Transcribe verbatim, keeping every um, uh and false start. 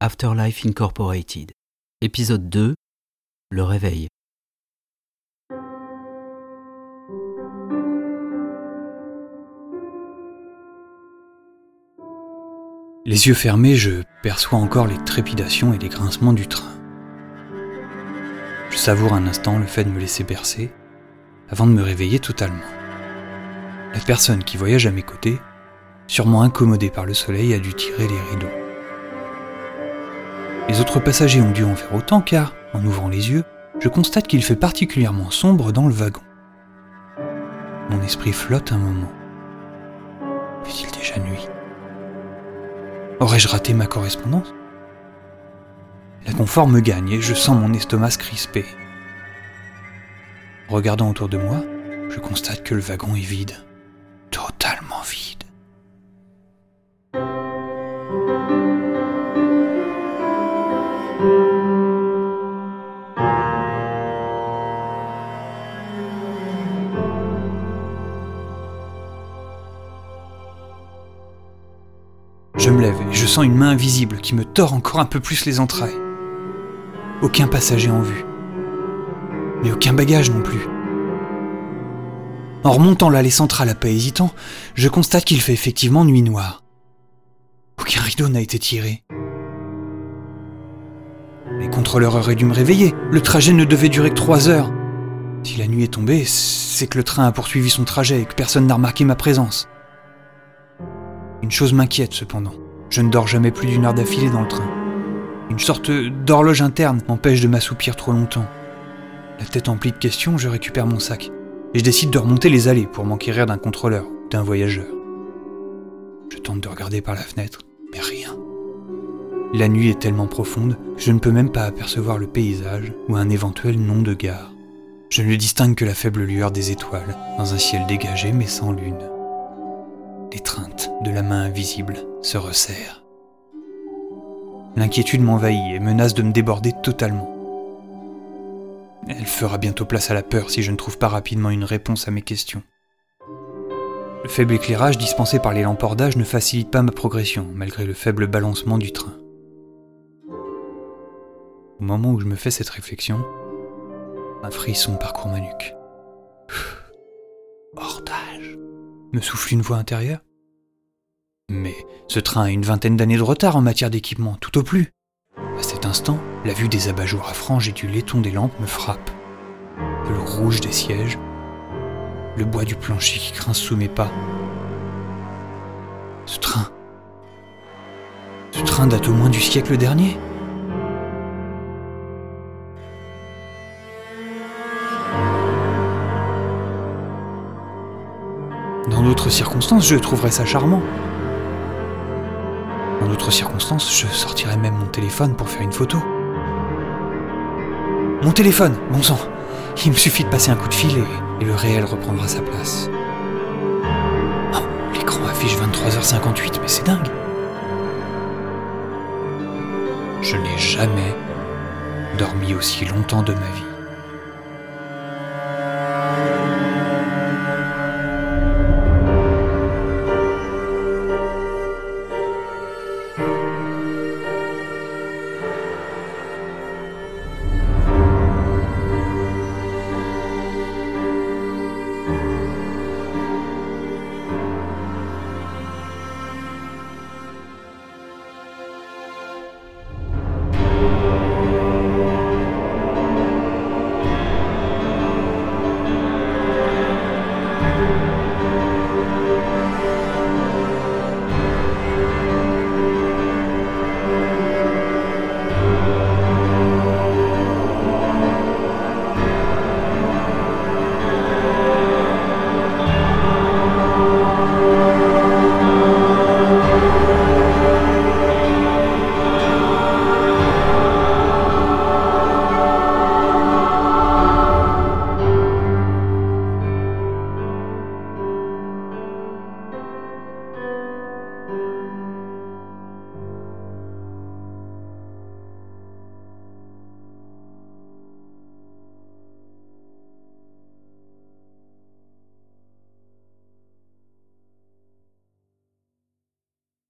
Afterlife Incorporated. Épisode deux. Le réveil. Les yeux fermés, je perçois encore les trépidations et les grincements du train. Je savoure un instant le fait de me laisser bercer, avant de me réveiller totalement. La personne qui voyage à mes côtés, sûrement incommodée par le soleil, a dû tirer les rideaux. Les autres passagers ont dû en faire autant car, en ouvrant les yeux, je constate qu'il fait particulièrement sombre dans le wagon. Mon esprit flotte un moment. Fait-il déjà nuit ? Aurais-je raté ma correspondance ? L'inconfort me gagne et je sens mon estomac se crisper. En regardant autour de moi, je constate que le wagon est vide. Totalement vide. Je me lève et je sens une main invisible qui me tord encore un peu plus les entrailles. Aucun passager en vue. Mais aucun bagage non plus. En remontant l'allée centrale à pas hésitant, je constate qu'il fait effectivement nuit noire. Aucun rideau n'a été tiré. Les contrôleurs auraient dû me réveiller. Le trajet ne devait durer que trois heures. Si la nuit est tombée, c'est que le train a poursuivi son trajet et que personne n'a remarqué ma présence. Une chose m'inquiète cependant. Je ne dors jamais plus d'une heure d'affilée dans le train. Une sorte d'horloge interne m'empêche de m'assoupir trop longtemps. La tête emplie de questions, je récupère mon sac. Et je décide de remonter les allées pour m'enquérir d'un contrôleur ou d'un voyageur. Je tente de regarder par la fenêtre, mais rien. La nuit est tellement profonde, je ne peux même pas apercevoir le paysage ou un éventuel nom de gare. Je ne distingue que la faible lueur des étoiles, dans un ciel dégagé mais sans lune. L'étreinte de la main invisible se resserre. L'inquiétude m'envahit et menace de me déborder totalement. Elle fera bientôt place à la peur si je ne trouve pas rapidement une réponse à mes questions. Le faible éclairage dispensé par les lampadages ne facilite pas ma progression, malgré le faible balancement du train. Au moment où je me fais cette réflexion, un frisson parcourt ma nuque. Bordage, me souffle une voix intérieure. Mais ce train a une vingtaine d'années de retard en matière d'équipement, tout au plus. À cet instant, la vue des abat-jours à franges et du laiton des lampes me frappe. Le rouge des sièges, le bois du plancher qui grince sous mes pas. Ce train... Ce train date au moins du siècle dernier. Dans d'autres circonstances, je trouverais ça charmant. Dans d'autres circonstances, je sortirais même mon téléphone pour faire une photo. Mon téléphone, bon sang, il me suffit de passer un coup de fil et, et le réel reprendra sa place. Oh, l'écran affiche vingt-trois heures cinquante-huit, mais c'est dingue. Je n'ai jamais dormi aussi longtemps de ma vie.